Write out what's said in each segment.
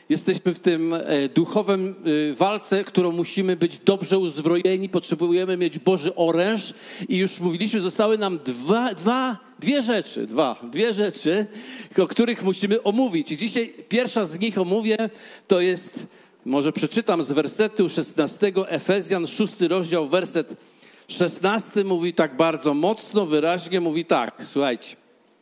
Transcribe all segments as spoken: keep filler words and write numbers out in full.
jesteśmy w tym duchowym walce, którą musimy być dobrze uzbrojeni, potrzebujemy mieć Boży oręż i już mówiliśmy, zostały nam dwa, dwa, dwie rzeczy, dwa, dwie rzeczy, o których musimy omówić. I dzisiaj pierwsza z nich omówię, to jest, może przeczytam z wersetu szesnastego, Efezjan, szósty rozdział, werset szesnasty, mówi tak bardzo mocno, wyraźnie, mówi tak, słuchajcie.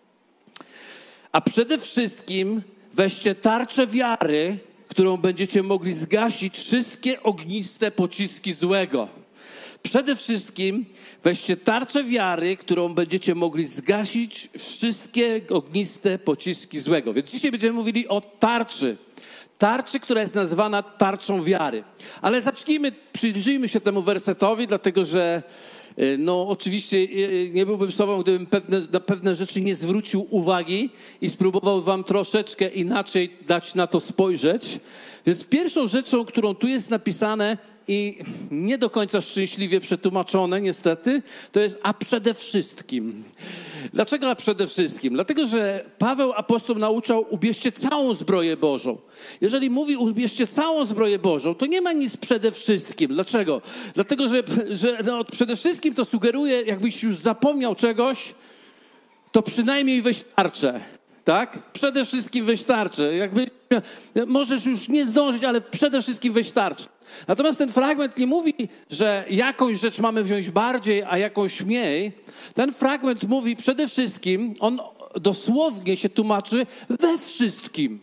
A przede wszystkim weźcie tarczę wiary, którą będziecie mogli zgasić wszystkie ogniste pociski złego. Przede wszystkim weźcie tarczę wiary, którą będziecie mogli zgasić wszystkie ogniste pociski złego. Więc dzisiaj będziemy mówili o tarczy. Tarczy, która jest nazywana tarczą wiary. Ale zacznijmy, przyjrzyjmy się temu wersetowi, dlatego że no oczywiście nie byłbym sobą, gdybym pewne, na pewne rzeczy nie zwrócił uwagi i spróbował wam troszeczkę inaczej dać na to spojrzeć. Więc pierwszą rzeczą, którą tu jest napisane i nie do końca szczęśliwie przetłumaczone niestety, to jest a przede wszystkim. Dlaczego a przede wszystkim? Dlatego, że Paweł apostoł nauczał, ubierzcie całą zbroję Bożą. Jeżeli mówi ubierzcie całą zbroję Bożą, to nie ma nic przede wszystkim. Dlaczego? Dlatego, że, że no, przede wszystkim to sugeruje, jakbyś już zapomniał czegoś, to przynajmniej weź tarczę. Tak? Przede wszystkim weź tarczę. Jakby, możesz już nie zdążyć, ale przede wszystkim weź tarczę. Natomiast ten fragment nie mówi, że jakąś rzecz mamy wziąć bardziej, a jakąś mniej. Ten fragment mówi przede wszystkim, on dosłownie się tłumaczy we wszystkim.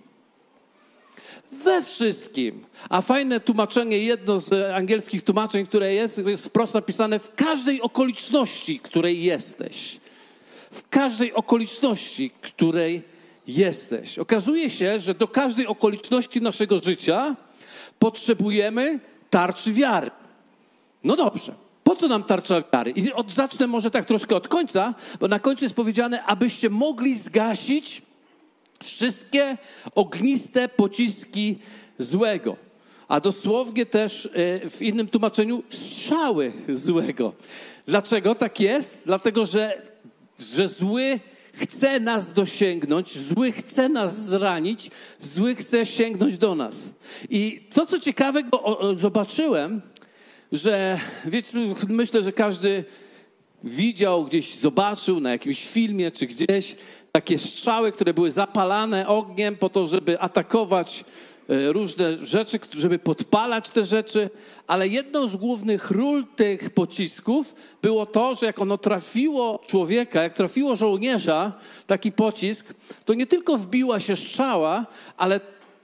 We wszystkim. A fajne tłumaczenie, jedno z angielskich tłumaczeń, które jest, jest wprost napisane w każdej okoliczności, której jesteś. W każdej okoliczności, której jesteś. Okazuje się, że do każdej okoliczności naszego życia potrzebujemy tarczy wiary. No dobrze, po co nam tarcza wiary? I od, zacznę może tak troszkę od końca, bo na końcu jest powiedziane, abyście mogli zgasić wszystkie ogniste pociski złego. A dosłownie też w innym tłumaczeniu strzały złego. Dlaczego tak jest? Dlatego, że, że zły chce nas dosięgnąć, zły chce nas zranić, zły chce sięgnąć do nas. I to, co ciekawego o, o, zobaczyłem, że wiecie, myślę, że każdy widział, gdzieś zobaczył na jakimś filmie czy gdzieś takie strzały, które były zapalane ogniem po to, żeby atakować różne rzeczy, żeby podpalać te rzeczy, ale jedną z głównych ról tych pocisków było to, że jak ono trafiło człowieka, jak trafiło żołnierza, taki pocisk, to nie tylko wbiła się strzała, ale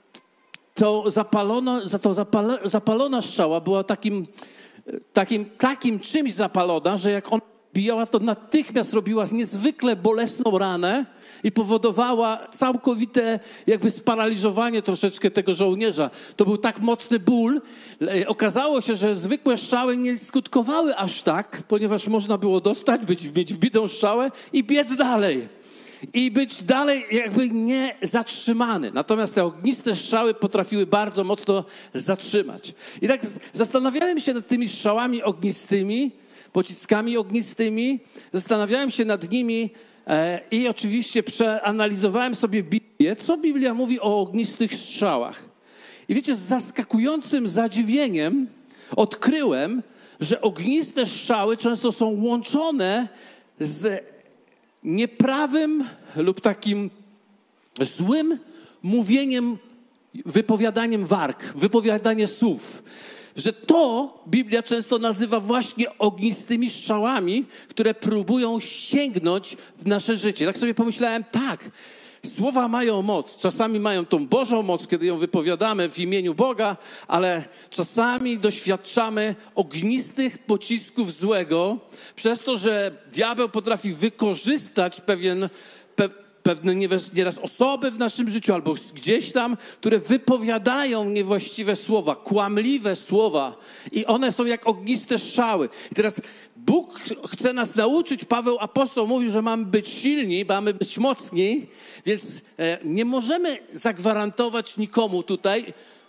to zapalona, to zapala, zapalona strzała była takim, takim, takim czymś zapalona, że jak ona wbijała, to natychmiast robiła niezwykle bolesną ranę i powodowała całkowite jakby sparaliżowanie troszeczkę tego żołnierza. To był tak mocny ból. Okazało się, że zwykłe strzały nie skutkowały aż tak, ponieważ można było dostać, być, mieć wbitą strzałę i biec dalej. I być dalej jakby nie zatrzymany. Natomiast te ogniste strzały potrafiły bardzo mocno zatrzymać. I tak zastanawiałem się nad tymi strzałami ognistymi, pociskami ognistymi. Zastanawiałem się nad nimi e, i oczywiście przeanalizowałem sobie Biblię. Co Biblia mówi o ognistych strzałach? I wiecie, z zaskakującym zadziwieniem odkryłem, że ogniste strzały często są łączone z nieprawym lub takim złym mówieniem, wypowiadaniem warg, wypowiadanie słów. Że to Biblia często nazywa właśnie ognistymi strzałami, które próbują sięgnąć w nasze życie. Tak sobie pomyślałem, tak, słowa mają moc. Czasami mają tą Bożą moc, kiedy ją wypowiadamy w imieniu Boga, ale czasami doświadczamy ognistych pocisków złego przez to, że diabeł potrafi wykorzystać pewien pe, pewne nieraz osoby w naszym życiu albo gdzieś tam, które wypowiadają niewłaściwe słowa, kłamliwe słowa i one są jak ogniste strzały. I teraz Bóg chce nas nauczyć, Paweł apostoł mówił, że mamy być silni, mamy być mocni, więc nie możemy zagwarantować nikomu tutaj,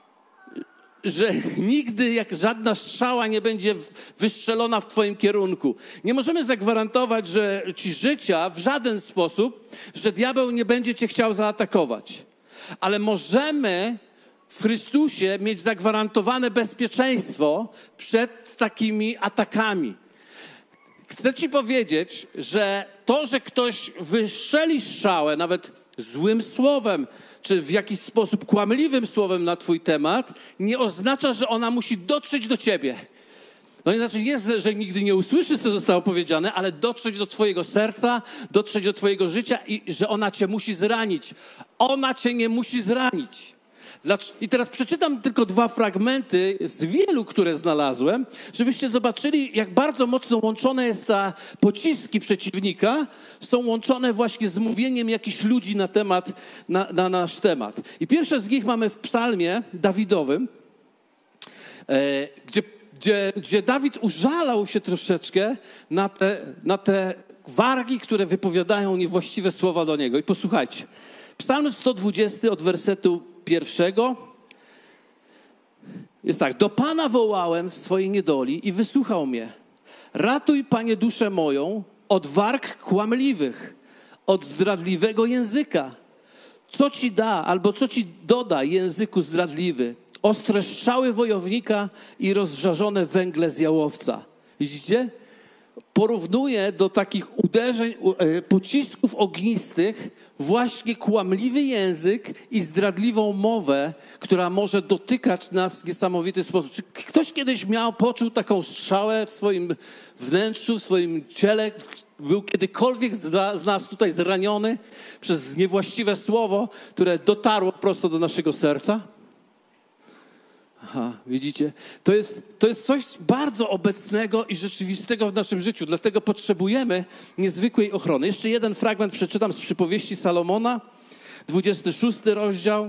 że nigdy jak żadna strzała nie będzie wystrzelona w twoim kierunku. Nie możemy zagwarantować, że ci życia w żaden sposób, że diabeł nie będzie cię chciał zaatakować. Ale możemy w Chrystusie mieć zagwarantowane bezpieczeństwo przed takimi atakami. Chcę ci powiedzieć, że to, że ktoś wystrzeli strzałę, nawet złym słowem, czy w jakiś sposób kłamliwym słowem na twój temat, nie oznacza, że ona musi dotrzeć do ciebie. No i znaczy nie, że nigdy nie usłyszysz, co zostało powiedziane, ale dotrzeć do twojego serca, dotrzeć do twojego życia i że ona cię musi zranić. Ona cię nie musi zranić. I teraz przeczytam tylko dwa fragmenty z wielu, które znalazłem, żebyście zobaczyli, jak bardzo mocno łączone jest ta pociski przeciwnika, są łączone właśnie z mówieniem jakichś ludzi na temat, na, na nasz temat. I pierwsze z nich mamy w psalmie Dawidowym, e, gdzie, gdzie, gdzie Dawid użalał się troszeczkę na te, na te wargi, które wypowiadają niewłaściwe słowa do niego. I posłuchajcie. Psalm sto dwudziesty od wersetu pierwszego jest tak. Do Pana wołałem w swojej niedoli i wysłuchał mnie. Ratuj, Panie, duszę moją od warg kłamliwych, od zdradliwego języka. Co ci da albo co ci doda języku zdradliwy? Ostre strzały wojownika i rozżarzone węgle z jałowca. Widzicie? Porównuje do takich uderzeń, pocisków ognistych właśnie kłamliwy język i zdradliwą mowę, która może dotykać nas w niesamowity sposób. Czy ktoś kiedyś miał, poczuł taką strzałę w swoim wnętrzu, w swoim ciele? Był kiedykolwiek z nas tutaj zraniony przez niewłaściwe słowo, które dotarło prosto do naszego serca? Aha, widzicie? To jest, to jest coś bardzo obecnego i rzeczywistego w naszym życiu. Dlatego potrzebujemy niezwykłej ochrony. Jeszcze jeden fragment przeczytam z przypowieści Salomona, dwudziesty szósty rozdział,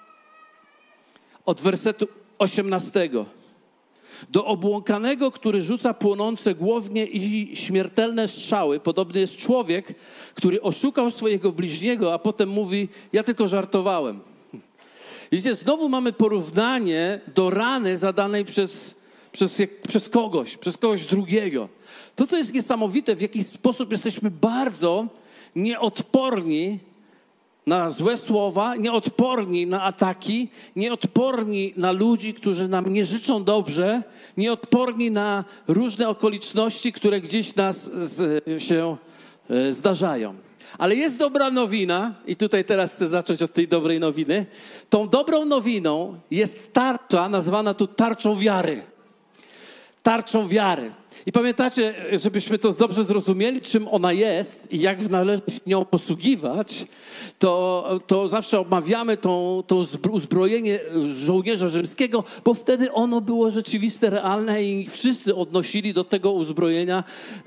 od wersetu osiemnastego. Do obłąkanego, który rzuca płonące głownie i śmiertelne strzały, podobny jest człowiek, który oszukał swojego bliźniego, a potem mówi, ja tylko żartowałem. Widzicie, znowu mamy porównanie do rany zadanej przez, przez, przez kogoś, przez kogoś drugiego. To, co jest niesamowite, w jakiś sposób jesteśmy bardzo nieodporni na złe słowa, nieodporni na ataki, nieodporni na ludzi, którzy nam nie życzą dobrze, nieodporni na różne okoliczności, które gdzieś nas z, się e, zdarzają. Ale jest dobra nowina i tutaj teraz chcę zacząć od tej dobrej nowiny. Tą dobrą nowiną jest tarcza, nazwana tu tarczą wiary. Tarczą wiary. I pamiętacie, żebyśmy to dobrze zrozumieli, czym ona jest i jak należy się nią posługiwać, to, to zawsze omawiamy to, to uzbrojenie żołnierza rzymskiego, bo wtedy ono było rzeczywiste, realne i wszyscy odnosili do tego uzbrojenia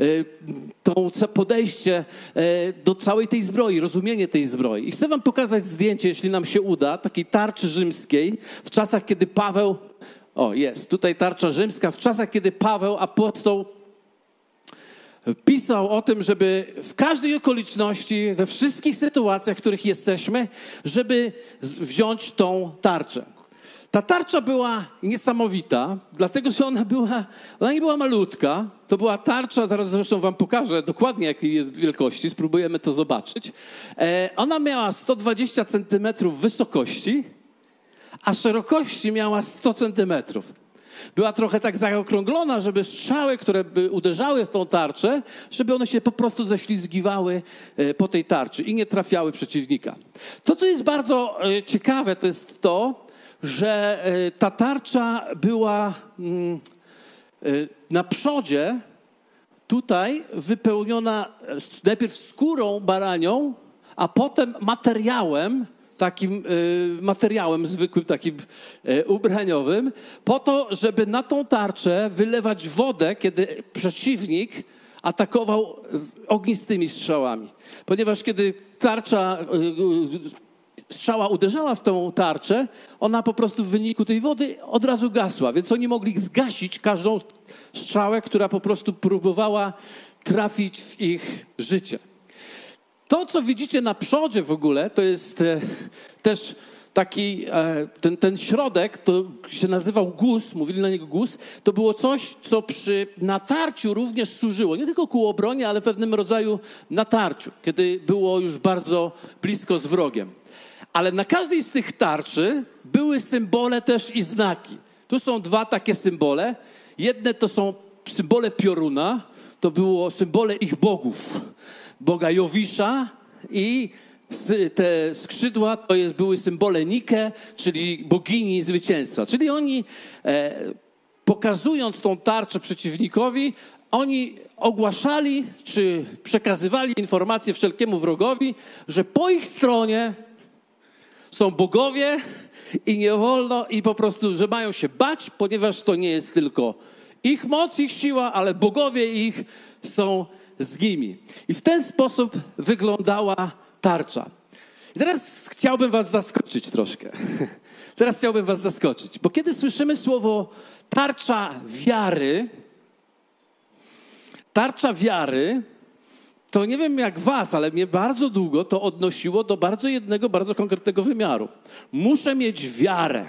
to podejście do całej tej zbroi, rozumienie tej zbroi. I chcę wam pokazać zdjęcie, jeśli nam się uda, takiej tarczy rzymskiej w czasach, kiedy Paweł... O, jest. Tutaj tarcza rzymska. W czasach, kiedy Paweł, apostoł, pisał o tym, żeby w każdej okoliczności, we wszystkich sytuacjach, w których jesteśmy, żeby wziąć tą tarczę. Ta tarcza była niesamowita, dlatego że ona była, ona nie była malutka. To była tarcza, zaraz zresztą wam pokażę dokładnie jakiej jest wielkości, spróbujemy to zobaczyć. E, ona miała sto dwadzieścia centymetrów wysokości, a szerokości miała sto centymetrów. Była trochę tak zaokrąglona, żeby strzały, które by uderzały w tą tarczę, żeby one się po prostu ześlizgiwały po tej tarczy i nie trafiały przeciwnika. To, co jest bardzo ciekawe, to jest to, że ta tarcza była na przodzie tutaj wypełniona najpierw skórą baranią, a potem materiałem, takim y, materiałem zwykłym, takim y, ubraniowym, po to, żeby na tą tarczę wylewać wodę, kiedy przeciwnik atakował z ognistymi strzałami. Ponieważ kiedy tarcza, y, y, strzała uderzała w tą tarczę, ona po prostu w wyniku tej wody od razu gasła, więc oni mogli zgasić każdą strzałę, która po prostu próbowała trafić w ich życie. To, co widzicie na przodzie w ogóle, to jest e, też taki, e, ten, ten środek, to się nazywał guz, mówili na niego guz, to było coś, co przy natarciu również służyło, nie tylko ku obronie, ale pewnym rodzaju natarciu, kiedy było już bardzo blisko z wrogiem. Ale na każdej z tych tarczy były symbole też i znaki. Tu są dwa takie symbole. Jedne to są symbole pioruna, to było symbole ich bogów. Boga Jowisza i te skrzydła to jest, były symbole Nike, czyli bogini zwycięstwa. Czyli oni, e, pokazując tą tarczę przeciwnikowi, oni ogłaszali, czy przekazywali informację wszelkiemu wrogowi, że po ich stronie są bogowie i nie wolno, i po prostu, że mają się bać, ponieważ to nie jest tylko ich moc, ich siła, ale bogowie ich są z nimi. I w ten sposób wyglądała tarcza. I teraz chciałbym was zaskoczyć troszkę. Teraz chciałbym was zaskoczyć, bo kiedy słyszymy słowo tarcza wiary, tarcza wiary, to nie wiem jak was, ale mnie bardzo długo to odnosiło do bardzo jednego, bardzo konkretnego wymiaru. Muszę mieć wiarę.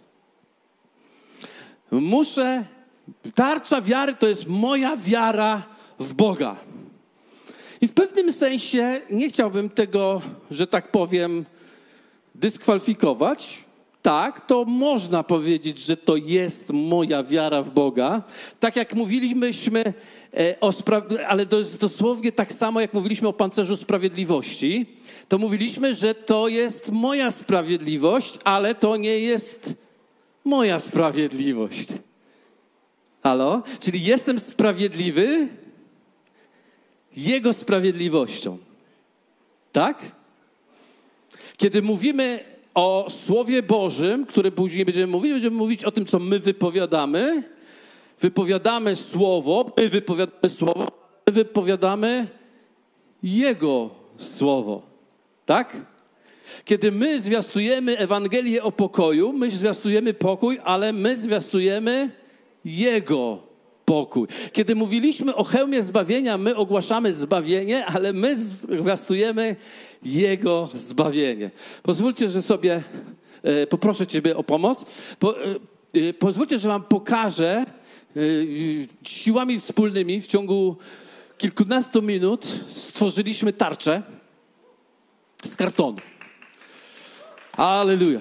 Muszę, tarcza wiary to jest moja wiara w Boga. I w pewnym sensie nie chciałbym tego, że tak powiem, dyskwalifikować. Tak, to można powiedzieć, że to jest moja wiara w Boga. Tak jak mówiliśmy o spra- ale to jest dosłownie tak samo, jak mówiliśmy o pancerzu sprawiedliwości. To mówiliśmy, że to jest moja sprawiedliwość, ale to nie jest moja sprawiedliwość. Halo? Czyli jestem sprawiedliwy Jego sprawiedliwością. Tak? Kiedy mówimy o Słowie Bożym, które później będziemy mówić, będziemy mówić o tym, co my wypowiadamy. Wypowiadamy Słowo, my wypowiadamy Słowo, my wypowiadamy Jego Słowo. Tak? Kiedy my zwiastujemy Ewangelię o pokoju, my zwiastujemy pokój, ale my zwiastujemy Jego pokój. Kiedy mówiliśmy o hełmie zbawienia, my ogłaszamy zbawienie, ale my zwiastujemy Jego zbawienie. Pozwólcie, że sobie, e, poproszę Ciebie o pomoc, po, e, e, pozwólcie, że wam pokażę e, siłami wspólnymi w ciągu kilkunastu minut stworzyliśmy tarczę z kartonu. Alleluja.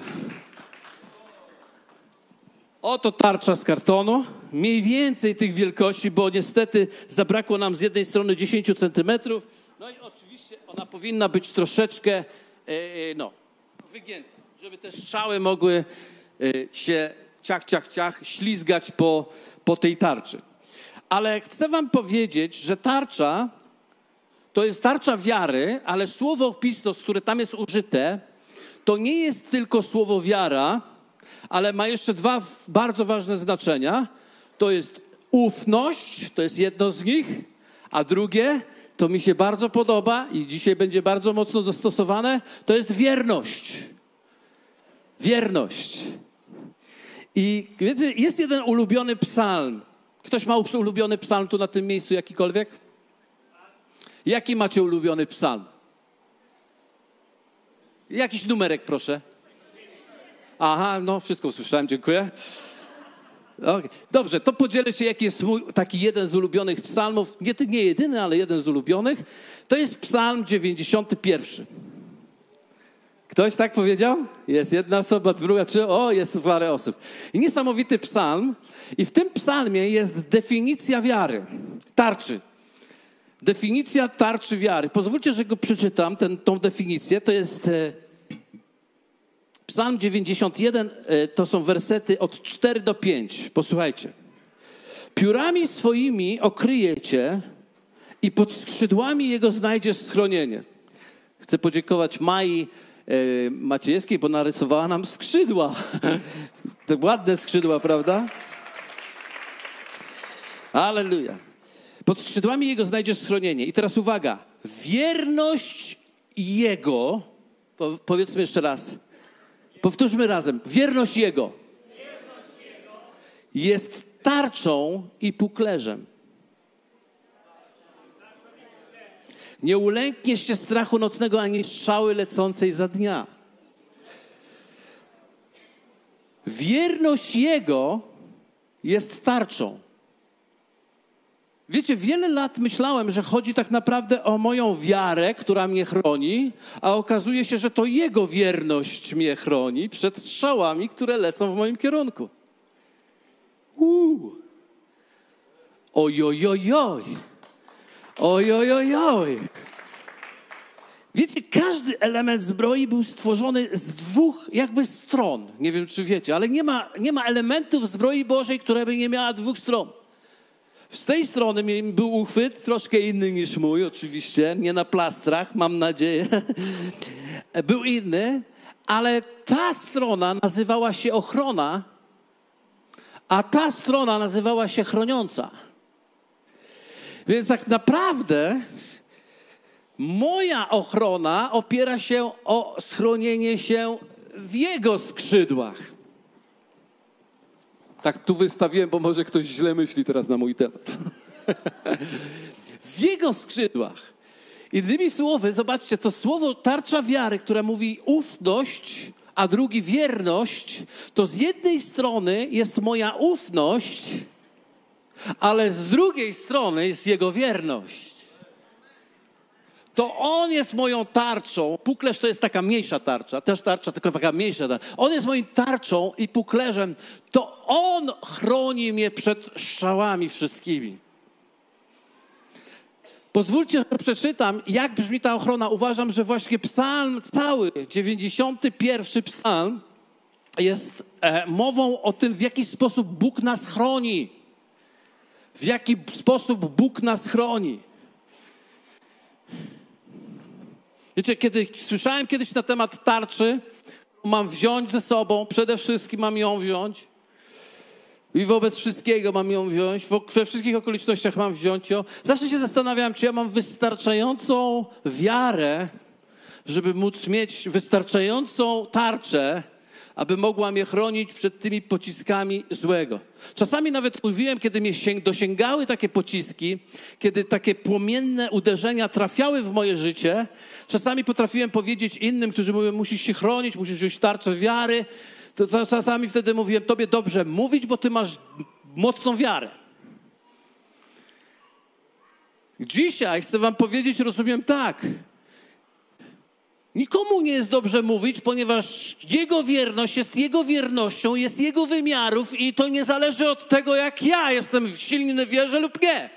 Oto tarcza z kartonu. Mniej więcej tych wielkości, bo niestety zabrakło nam z jednej strony dziesięć centymetrów. No i oczywiście ona powinna być troszeczkę e, no, wygięta, żeby te strzały mogły e, się ciach, ciach, ciach ślizgać po, po tej tarczy. Ale chcę wam powiedzieć, że tarcza to jest tarcza wiary, ale słowo pistos, które tam jest użyte, to nie jest tylko słowo wiara, ale ma jeszcze dwa bardzo ważne znaczenia. To jest ufność, to jest jedno z nich, a drugie, to mi się bardzo podoba i dzisiaj będzie bardzo mocno dostosowane, to jest wierność. Wierność. I wiecie, jest jeden ulubiony psalm. Ktoś ma ulubiony psalm tu na tym miejscu jakikolwiek? Jaki macie ulubiony psalm? Jakiś numerek, proszę. Aha, no wszystko usłyszałem, dziękuję. Okay. Dobrze, to podzielę się, jaki jest mój taki jeden z ulubionych psalmów. Nie, nie jedyny, ale jeden z ulubionych. To jest psalm dziewięćdziesiąty pierwszy. Ktoś tak powiedział? Jest jedna osoba, druga, trzy. O, jest parę osób. I niesamowity psalm. I w tym psalmie jest definicja wiary. Tarczy. Definicja tarczy wiary. Pozwólcie, że go przeczytam, ten, tą definicję. To jest e, psalm dziewięćdziesiąty jeden, e, to są wersety od cztery do pięć. Posłuchajcie. Piórami swoimi okryje cię i pod skrzydłami jego znajdziesz schronienie. Chcę podziękować Mai e, Maciejewskiej, bo narysowała nam skrzydła. Te ładne skrzydła, prawda? Alleluja. Pod skrzydłami Jego znajdziesz schronienie. I teraz uwaga. Wierność Jego, powiedzmy jeszcze raz, powtórzmy razem. Wierność Jego jest tarczą i puklerzem. Nie ulękniesz się strachu nocnego, ani strzały lecącej za dnia. Wierność Jego jest tarczą. Wiecie, wiele lat myślałem, że chodzi tak naprawdę o moją wiarę, która mnie chroni, a okazuje się, że to Jego wierność mnie chroni przed strzałami, które lecą w moim kierunku. Uuu. Ojojojoj. Ojojojoj. Wiecie, każdy element zbroi był stworzony z dwóch jakby stron. Nie wiem, czy wiecie, ale nie ma, nie ma elementów zbroi Bożej, która by nie miała dwóch stron. Z tej strony był uchwyt, troszkę inny niż mój oczywiście, nie na plastrach, mam nadzieję. Był inny, ale ta strona nazywała się ochrona, a ta strona nazywała się chroniąca. Więc tak naprawdę moja ochrona opiera się o schronienie się w Jego skrzydłach. Tak tu wystawiłem, bo może ktoś źle myśli teraz na mój temat. W Jego skrzydłach. Innymi słowy, zobaczcie, to słowo tarcza wiary, które mówi ufność, a drugi wierność, to z jednej strony jest moja ufność, ale z drugiej strony jest Jego wierność. To On jest moją tarczą. Puklerz to jest taka mniejsza tarcza. Też tarcza, tylko taka mniejsza tarcza. On jest moją tarczą i puklerzem. To On chroni mnie przed strzałami wszystkimi. Pozwólcie, że przeczytam, jak brzmi ta ochrona. Uważam, że właśnie psalm cały, dziewięćdziesiąty pierwszy psalm jest e, mową o tym, w jaki sposób Bóg nas chroni. W jaki sposób Bóg nas chroni. Wiecie, kiedy słyszałem kiedyś na temat tarczy, mam wziąć ze sobą, przede wszystkim mam ją wziąć i wobec wszystkiego mam ją wziąć, we wszystkich okolicznościach mam wziąć ją. Zawsze się zastanawiam, czy ja mam wystarczającą wiarę, żeby móc mieć wystarczającą tarczę, aby mogła mnie chronić przed tymi pociskami złego. Czasami nawet mówiłem, kiedy mnie sięg- dosięgały takie pociski, kiedy takie płomienne uderzenia trafiały w moje życie, czasami potrafiłem powiedzieć innym, którzy mówią, musisz się chronić, musisz wziąć tarczę wiary, to czasami wtedy mówiłem, tobie dobrze mówić, bo ty masz mocną wiarę. Dzisiaj chcę wam powiedzieć, rozumiem tak, nikomu nie jest dobrze mówić, ponieważ Jego wierność jest Jego wiernością, jest Jego wymiarów i to nie zależy od tego, jak ja jestem silny w wierze lub nie.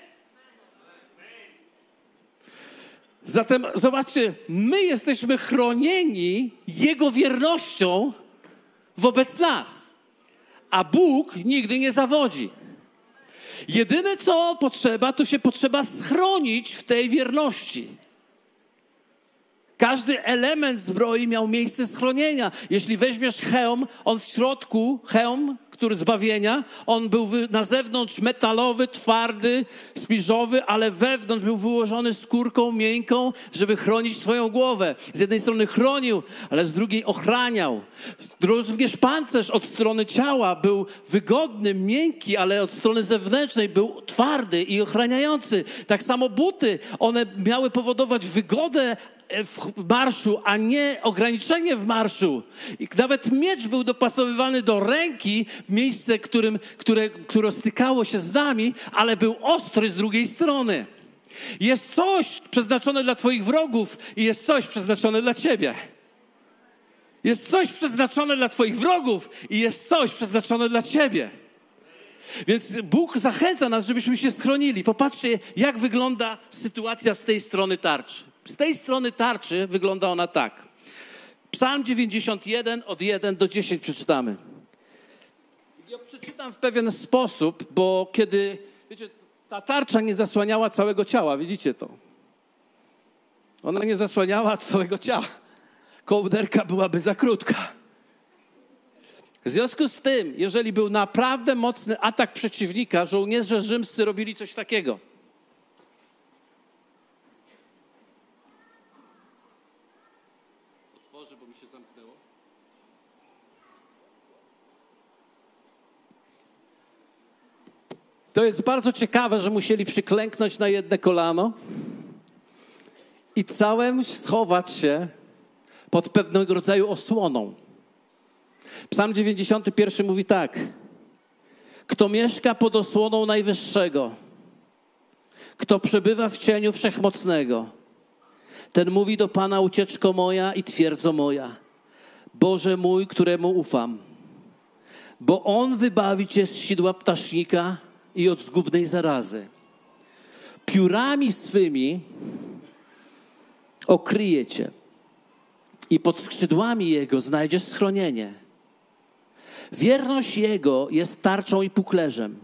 Zatem zobaczcie, my jesteśmy chronieni Jego wiernością wobec nas, a Bóg nigdy nie zawodzi. Jedyne, co potrzeba, to się potrzeba schronić w tej wierności. Każdy element zbroi miał miejsce schronienia. Jeśli weźmiesz hełm, on w środku, hełm, który zbawienia, on był na zewnątrz metalowy, twardy, spiżowy, ale wewnątrz był wyłożony skórką miękką, żeby chronić twoją głowę. Z jednej strony chronił, ale z drugiej ochraniał. Również pancerz od strony ciała był wygodny, miękki, ale od strony zewnętrznej był twardy i ochraniający. Tak samo buty, one miały powodować wygodę w marszu, a nie ograniczenie w marszu. I nawet miecz był dopasowywany do ręki w miejsce, którym, które, które stykało się z nami, ale był ostry z drugiej strony. Jest coś przeznaczone dla twoich wrogów i jest coś przeznaczone dla ciebie. Jest coś przeznaczone dla twoich wrogów i jest coś przeznaczone dla ciebie. Więc Bóg zachęca nas, żebyśmy się schronili. Popatrzcie, jak wygląda sytuacja z tej strony tarczy. Z tej strony tarczy wygląda ona tak. Psalm dziewięćdziesiąty jeden, od jeden do dziesięciu przeczytamy. Ja przeczytam w pewien sposób, bo kiedy, wiecie, ta tarcza nie zasłaniała całego ciała, widzicie to? Ona nie zasłaniała całego ciała. Kołderka byłaby za krótka. W związku z tym, jeżeli był naprawdę mocny atak przeciwnika, żołnierze rzymscy robili coś takiego. Otworzę, bo mi się zamknęło. To jest bardzo ciekawe, że musieli przyklęknąć na jedno kolano i całym schować się pod pewnego rodzaju osłoną. Psalm dziewięćdziesiąty pierwszy mówi tak. Kto mieszka pod osłoną Najwyższego, Kto przebywa w cieniu Wszechmocnego, ten mówi do Pana: ucieczko moja i twierdzo moja, Boże mój, któremu ufam. Bo On wybawi cię z sidła ptasznika i od zgubnej zarazy. Piórami swymi okryje cię i pod skrzydłami Jego znajdziesz schronienie. Wierność Jego jest tarczą i puklerzem.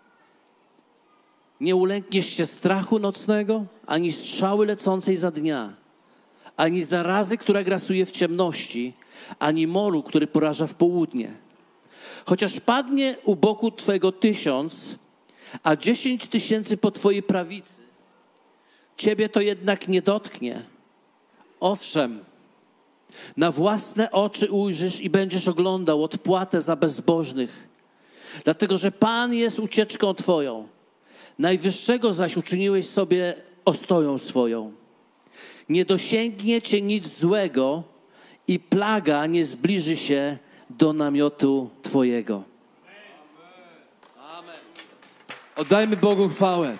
Nie ulękniesz się strachu nocnego, ani strzały lecącej za dnia, ani zarazy, która grasuje w ciemności, ani moru, który poraża w południe. Chociaż padnie u boku twego tysiąc, a dziesięć tysięcy po twojej prawicy, ciebie to jednak nie dotknie. Owszem, na własne oczy ujrzysz i będziesz oglądał odpłatę za bezbożnych, dlatego że Pan jest ucieczką twoją. Najwyższego zaś uczyniłeś sobie ostoją swoją. Nie dosięgnie cię nic złego i plaga nie zbliży się do namiotu twojego. Amen. Oddajmy Bogu chwałę.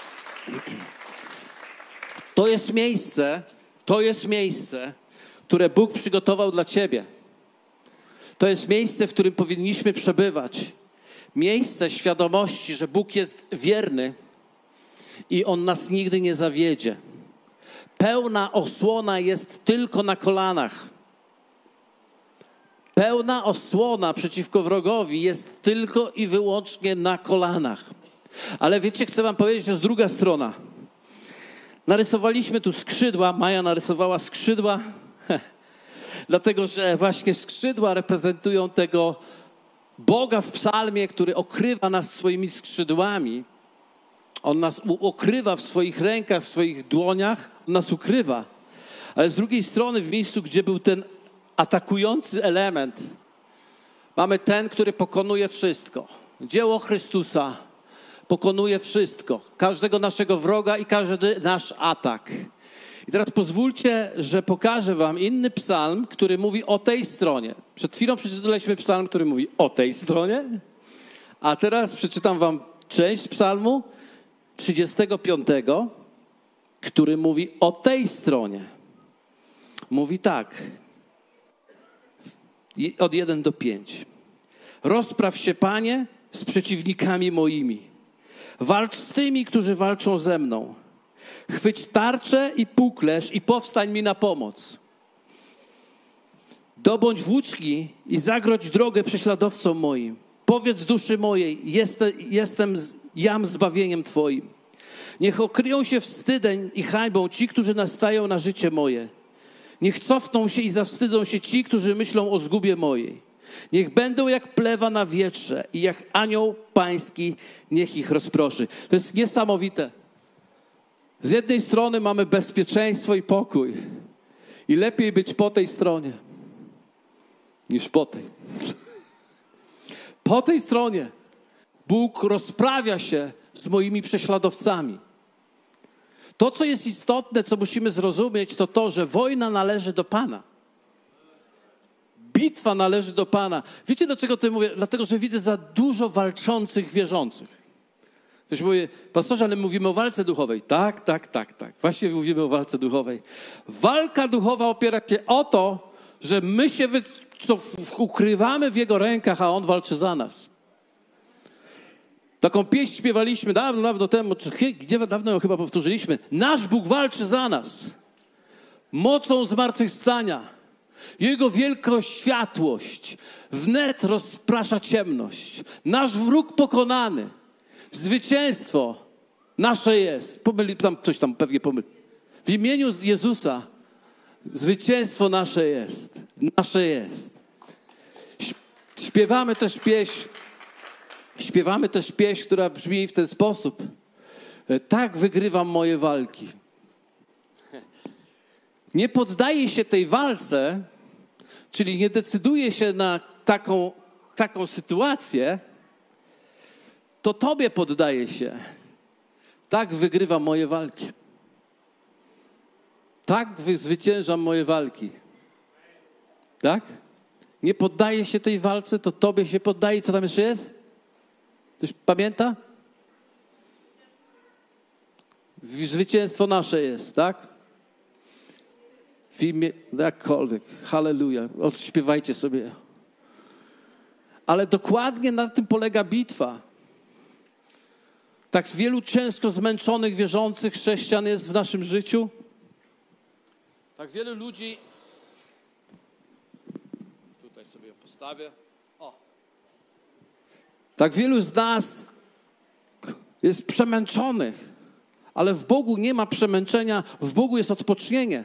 To jest miejsce, to jest miejsce, które Bóg przygotował dla ciebie. To jest miejsce, w którym powinniśmy przebywać. Miejsce świadomości, że Bóg jest wierny i On nas nigdy nie zawiedzie. Pełna osłona jest tylko na kolanach. Pełna osłona przeciwko wrogowi jest tylko i wyłącznie na kolanach. Ale wiecie, chcę wam powiedzieć, że jest druga strona. Narysowaliśmy tu skrzydła, Maja narysowała skrzydła, dlatego że właśnie skrzydła reprezentują tego Boga w psalmie, który okrywa nas swoimi skrzydłami. On nas ukrywa w swoich rękach, w swoich dłoniach. On nas ukrywa. Ale z drugiej strony, w miejscu, gdzie był ten atakujący element, mamy ten, który pokonuje wszystko. Dzieło Chrystusa pokonuje wszystko. Każdego naszego wroga i każdy nasz atak. I teraz pozwólcie, że pokażę wam inny psalm, który mówi o tej stronie. Przed chwilą przeczytaliśmy psalm, który mówi o tej stronie, a teraz przeczytam wam część psalmu trzydziestego piątego, który mówi o tej stronie. Mówi tak, od jeden do pięciu. Rozpraw się, Panie, z przeciwnikami moimi. Walcz z tymi, którzy walczą ze mną. Chwyć tarczę i puklerz i powstań mi na pomoc. Dobądź włóczki i zagrodź drogę prześladowcom moim. Powiedz duszy mojej, jestem, jestem jam zbawieniem Twoim. Niech okryją się wstydem i hańbą ci, którzy nastają na życie moje. Niech cofną się i zawstydzą się ci, którzy myślą o zgubie mojej. Niech będą jak plewa na wietrze i jak anioł pański, niech ich rozproszy. To jest niesamowite. Z jednej strony mamy bezpieczeństwo i pokój. I lepiej być po tej stronie niż po tej. Po tej stronie Bóg rozprawia się z moimi prześladowcami. To, co jest istotne, co musimy zrozumieć, to to, że wojna należy do Pana. Bitwa należy do Pana. Wiecie, dlaczego to mówię? Dlatego, że widzę za dużo walczących wierzących. Ktoś mówi, pastorze, ale mówimy o walce duchowej. Tak, tak, tak, tak. Właśnie mówimy o walce duchowej. Walka duchowa opiera się o to, że my się wy, co ukrywamy w Jego rękach, a On walczy za nas. Taką pieśń śpiewaliśmy dawno, dawno temu, czy dawno ją chyba powtórzyliśmy. Nasz Bóg walczy za nas. Mocą zmartwychwstania. Jego wielka światłość wnet rozprasza ciemność. Nasz wróg pokonany. Zwycięstwo nasze jest. Pomyli, tam coś tam pewnie pomyli. W imieniu Jezusa zwycięstwo nasze jest. Nasze jest. Śpiewamy też pieśń. Śpiewamy też pieśń, która brzmi w ten sposób. Tak wygrywam moje walki. Nie poddaję się tej walce, czyli nie decyduję się na taką, taką sytuację, to Tobie poddaję się. Tak wygrywam moje walki. Tak zwyciężam moje walki. Tak? Nie poddaję się tej walce, to Tobie się poddaję. Co tam jeszcze jest? Ktoś pamięta? Zwycięstwo nasze jest, tak? W imię, jakkolwiek, halleluja, odśpiewajcie sobie. Ale dokładnie na tym polega bitwa. Tak wielu ciężko zmęczonych, wierzących chrześcijan jest w naszym życiu. Tak wielu ludzi... Tutaj sobie ją postawię. O. Tak wielu z nas jest przemęczonych, ale w Bogu nie ma przemęczenia, w Bogu jest odpocznienie.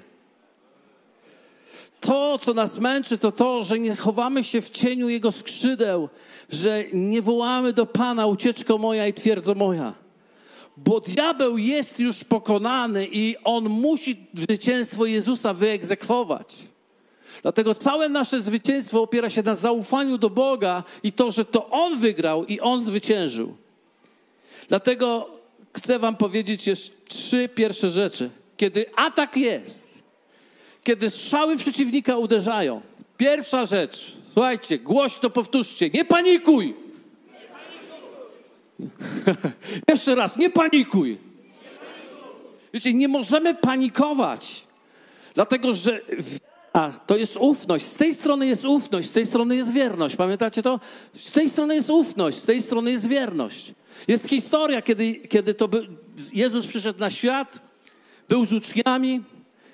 To, co nas męczy, to to, że nie chowamy się w cieniu Jego skrzydeł, że nie wołamy do Pana, ucieczko moja i twierdzo moja. Bo diabeł jest już pokonany i on musi zwycięstwo Jezusa wyegzekwować. Dlatego całe nasze zwycięstwo opiera się na zaufaniu do Boga i to, że to On wygrał i On zwyciężył. Dlatego chcę wam powiedzieć jeszcze trzy pierwsze rzeczy. Kiedy atak jest, kiedy strzały przeciwnika uderzają. Pierwsza rzecz, słuchajcie, głośno powtórzcie, nie panikuj. Nie panikuj. Jeszcze raz, nie panikuj. nie panikuj. Wiecie, nie możemy panikować, dlatego że wiara to jest ufność. Z tej strony jest ufność, z tej strony jest wierność. Pamiętacie to? Z tej strony jest ufność, z tej strony jest wierność. Jest historia, kiedy, kiedy to był, Jezus przyszedł na świat, był z uczniami,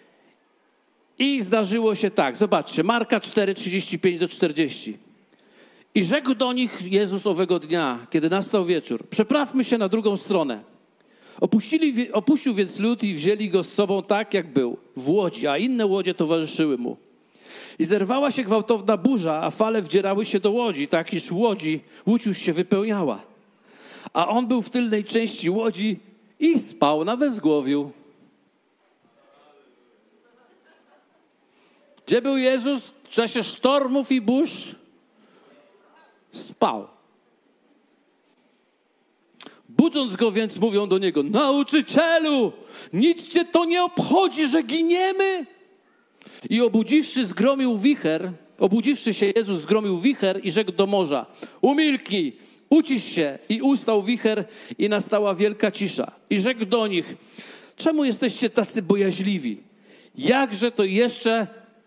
i zdarzyło się tak, zobaczcie, Marka cztery, trzydzieści pięć do czterdziestu. I rzekł do nich Jezus owego dnia, kiedy nastał wieczór, przeprawmy się na drugą stronę. Opuścili, opuścił więc lud i wzięli go z sobą tak, jak był, w łodzi, a inne łodzie towarzyszyły mu. I zerwała się gwałtowna burza, a fale wdzierały się do łodzi, tak iż łodzi, łódź już się wypełniała. A on był w tylnej części łodzi i spał na wezgłowiu. Gdzie był Jezus w czasie sztormów i burz? Spał. Budząc go więc mówią do niego, nauczycielu, nic cię to nie obchodzi, że giniemy? I obudziwszy zgromił wicher, obudziwszy się Jezus zgromił wicher i rzekł do morza, umilknij, ucisz się. I ustał wicher i nastała wielka cisza. I rzekł do nich, czemu jesteście tacy bojaźliwi? Jakże to jeszcze...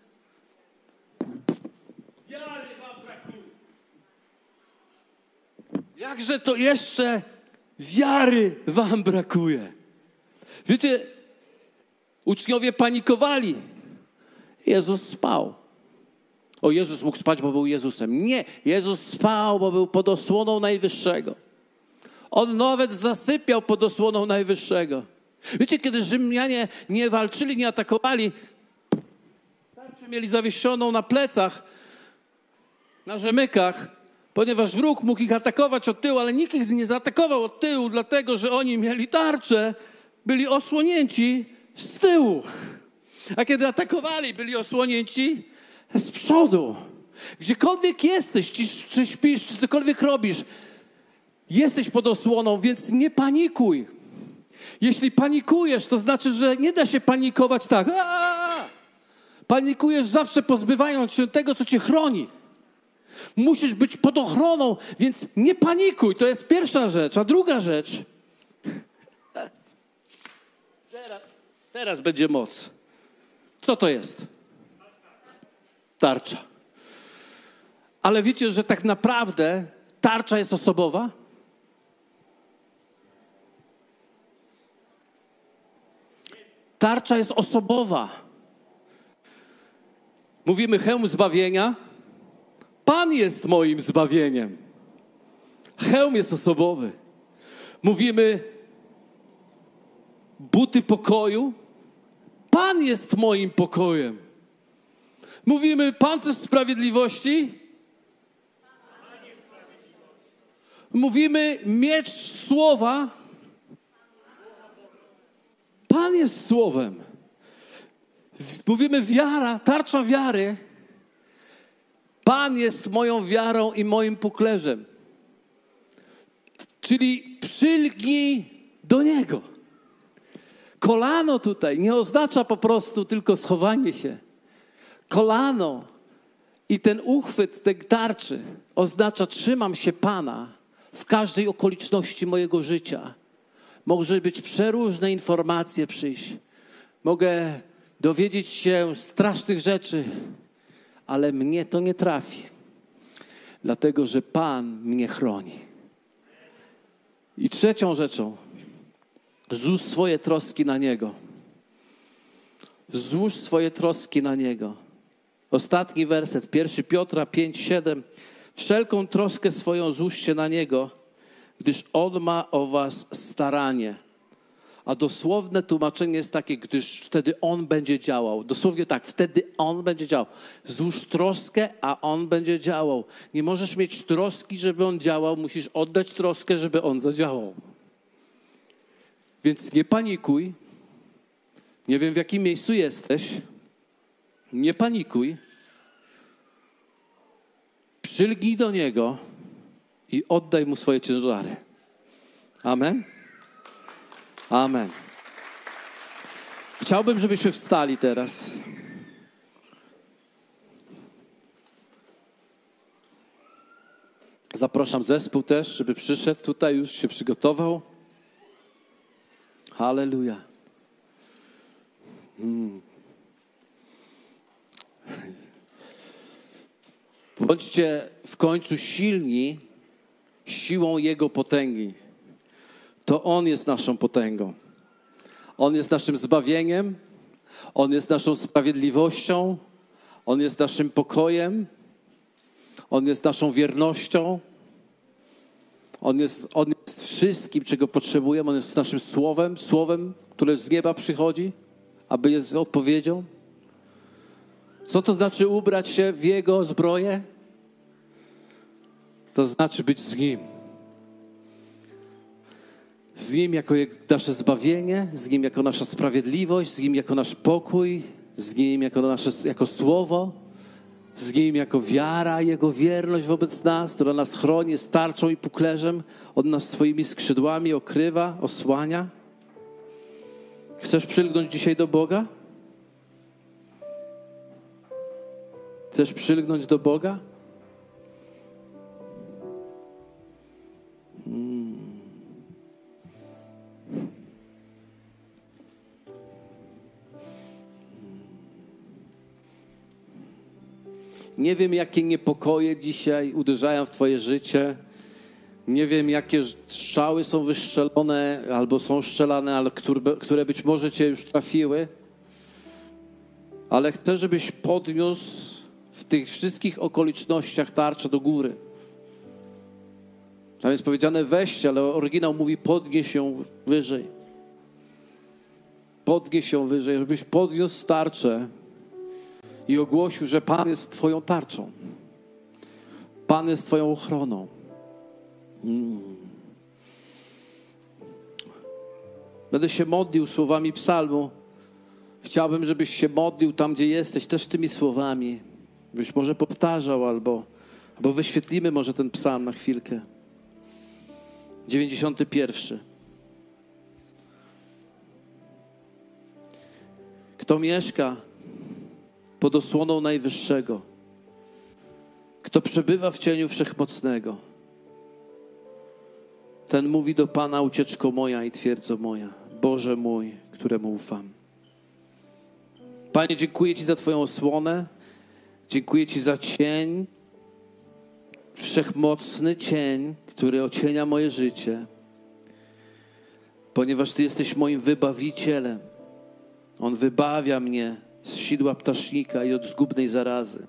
Jakże to jeszcze wiary wam brakuje. Wiecie, uczniowie panikowali. Jezus spał. O, Jezus mógł spać, bo był Jezusem. Nie, Jezus spał, bo był pod osłoną Najwyższego. On nawet zasypiał pod osłoną Najwyższego. Wiecie, kiedy Rzymianie nie walczyli, nie atakowali, tarczę mieli zawieszoną na plecach, na rzemykach, ponieważ wróg mógł ich atakować od tyłu, ale nikt ich nie zaatakował od tyłu, dlatego że oni mieli tarczę, byli osłonięci z tyłu. A kiedy atakowali, byli osłonięci z przodu. Gdziekolwiek jesteś, czy śpisz, czy cokolwiek robisz, jesteś pod osłoną, więc nie panikuj. Jeśli panikujesz, to znaczy, że nie da się panikować tak. Aaaa! Panikujesz zawsze pozbywając się tego, co cię chroni. Musisz być pod ochroną, więc nie panikuj. To jest pierwsza rzecz. A druga rzecz. Teraz, teraz będzie moc. Co to jest? Tarcza. Ale wiecie, że tak naprawdę tarcza jest osobowa? Tarcza jest osobowa. Mówimy hełm zbawienia. Pan jest moim zbawieniem. Hełm jest osobowy. Mówimy buty pokoju. Pan jest moim pokojem. Mówimy pancerz sprawiedliwości. Mówimy miecz słowa. Pan jest słowem. Mówimy wiara, tarcza wiary. Pan jest moją wiarą i moim puklerzem. Czyli przylgnij do Niego. Kolano tutaj nie oznacza po prostu tylko schowanie się. Kolano i ten uchwyt tej tarczy oznacza trzymam się Pana w każdej okoliczności mojego życia. Może być przeróżne informacje przyjść. Mogę dowiedzieć się strasznych rzeczy, ale mnie to nie trafi. Dlatego, że Pan mnie chroni. I trzecią rzeczą, złóż swoje troski na Niego. Złóż swoje troski na Niego. Ostatni werset, pierwszy Piotra pięć, siedem. Wszelką troskę swoją złóżcie na Niego, gdyż On ma o was staranie. A dosłowne tłumaczenie jest takie, gdyż wtedy On będzie działał. Dosłownie tak, wtedy On będzie działał. Złóż troskę, a On będzie działał. Nie możesz mieć troski, żeby On działał. Musisz oddać troskę, żeby On zadziałał. Więc nie panikuj. Nie wiem, w jakim miejscu jesteś. Nie panikuj. Przylgnij do Niego i oddaj Mu swoje ciężary. Amen? Amen. Chciałbym, żebyśmy wstali teraz. Zapraszam zespół też, żeby przyszedł tutaj, już się przygotował. Halleluja. Hmm. Bądźcie w końcu silni siłą Jego potęgi. To On jest naszą potęgą. On jest naszym zbawieniem. On jest naszą sprawiedliwością. On jest naszym pokojem. On jest naszą wiernością. On jest, on jest wszystkim, czego potrzebujemy. On jest naszym słowem, słowem, które z nieba przychodzi, aby jest odpowiedzią. Co to znaczy ubrać się w Jego zbroję? To znaczy być z Nim. Z Nim jako nasze zbawienie, z Nim jako nasza sprawiedliwość, z Nim jako nasz pokój, z Nim jako nasze jako słowo, z Nim jako wiara, Jego wierność wobec nas, która nas chroni, jest tarczą i puklerzem, On nas swoimi skrzydłami okrywa, osłania. Chcesz przylgnąć dzisiaj do Boga? Chcesz przylgnąć do Boga? Hmm. Nie wiem, jakie niepokoje dzisiaj uderzają w twoje życie. Nie wiem, jakie strzały są wystrzelone albo są strzelane, ale które, które być może cię już trafiły. Ale chcę, żebyś podniósł w tych wszystkich okolicznościach tarczę do góry. Tam jest powiedziane weźcie, ale oryginał mówi podnieś ją wyżej. Podnieś ją wyżej, żebyś podniósł tarczę i ogłosił, że Pan jest twoją tarczą. Pan jest twoją ochroną. Mm. Będę się modlił słowami psalmu. Chciałbym, żebyś się modlił tam, gdzie jesteś, też tymi słowami. Byś może powtarzał albo, albo wyświetlimy może ten psalm na chwilkę. dziewięćdziesiąty pierwszy. Kto mieszka pod osłoną Najwyższego, kto przebywa w cieniu Wszechmocnego, ten mówi do Pana: ucieczko moja i twierdzo moja, Boże mój, któremu ufam. Panie, dziękuję Ci za Twoją osłonę, dziękuję Ci za cień, wszechmocny cień, który ocienia moje życie, ponieważ Ty jesteś moim wybawicielem. On wybawia mnie z sidła ptasznika i od zgubnej zarazy.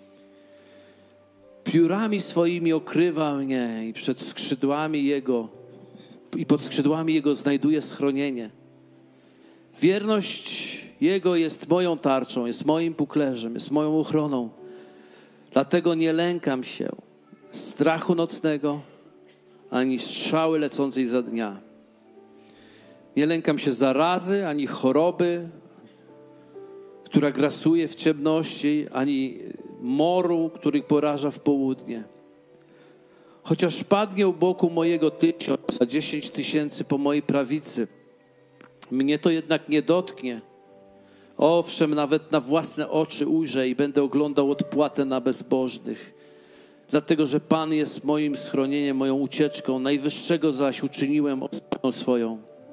Piórami swoimi okrywa mnie i przed skrzydłami Jego i pod skrzydłami Jego znajduje schronienie. Wierność Jego jest moją tarczą, jest moim puklerzem, jest moją ochroną. Dlatego nie lękam się strachu nocnego, ani strzały lecącej za dnia. Nie lękam się zarazy, ani choroby, która grasuje w ciemności, ani moru, który poraża w południe. Chociaż padnie u boku mojego tysiąc, a dziesięć tysięcy po mojej prawicy, mnie to jednak nie dotknie. Owszem, nawet na własne oczy ujrzę i będę oglądał odpłatę na bezbożnych. Dlatego, że Pan jest moim schronieniem, moją ucieczką, Najwyższego zaś uczyniłem ostoją swoją.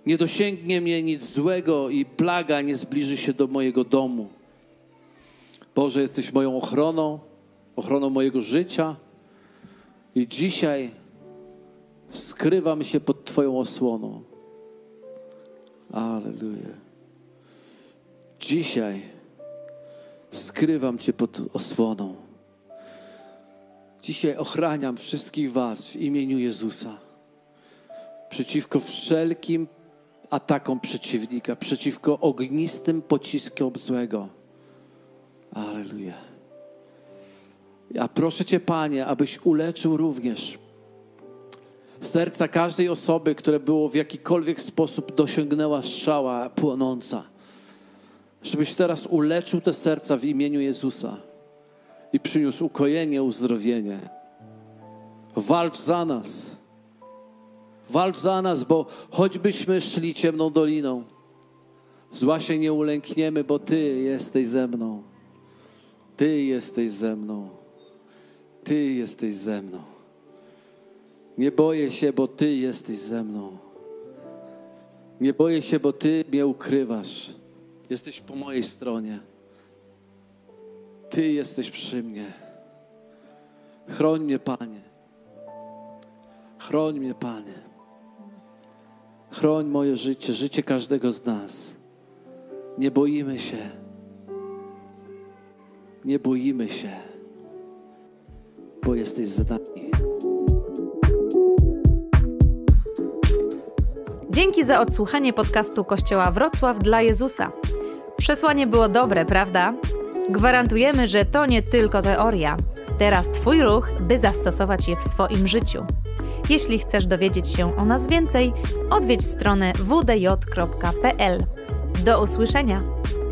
Nie dosięgnie mnie nic złego i plaga nie zbliży się do mojego domu. Boże, jesteś moją ochroną, ochroną mojego życia i dzisiaj skrywam się pod Twoją osłoną. Alleluja. Dzisiaj skrywam Cię pod osłoną. Dzisiaj ochraniam wszystkich was w imieniu Jezusa. Przeciwko wszelkim atakom przeciwnika, przeciwko ognistym pociskom złego. Alleluja. Ja proszę Cię, Panie, abyś uleczył również serca każdej osoby, które było w jakikolwiek sposób dosięgnęła strzała płonąca. Żebyś teraz uleczył te serca w imieniu Jezusa i przyniósł ukojenie, uzdrowienie. Walcz za nas. Walcz za nas, bo choćbyśmy szli ciemną doliną, zła się nie ulękniemy, bo Ty jesteś ze mną. Ty jesteś ze mną. Ty jesteś ze mną. Nie boję się, bo Ty jesteś ze mną. Nie boję się, bo Ty mnie ukrywasz. Jesteś po mojej stronie. Ty jesteś przy mnie. Chroń mnie, Panie. Chroń mnie, Panie. Chroń moje życie, życie każdego z nas. Nie boimy się. Nie boimy się, bo jesteś z nami. Dzięki za odsłuchanie podcastu Kościoła Wrocław dla Jezusa. Przesłanie było dobre, prawda? Gwarantujemy, że to nie tylko teoria. Teraz Twój ruch, by zastosować je w swoim życiu. Jeśli chcesz dowiedzieć się o nas więcej, odwiedź stronę w d j kropka p l. Do usłyszenia!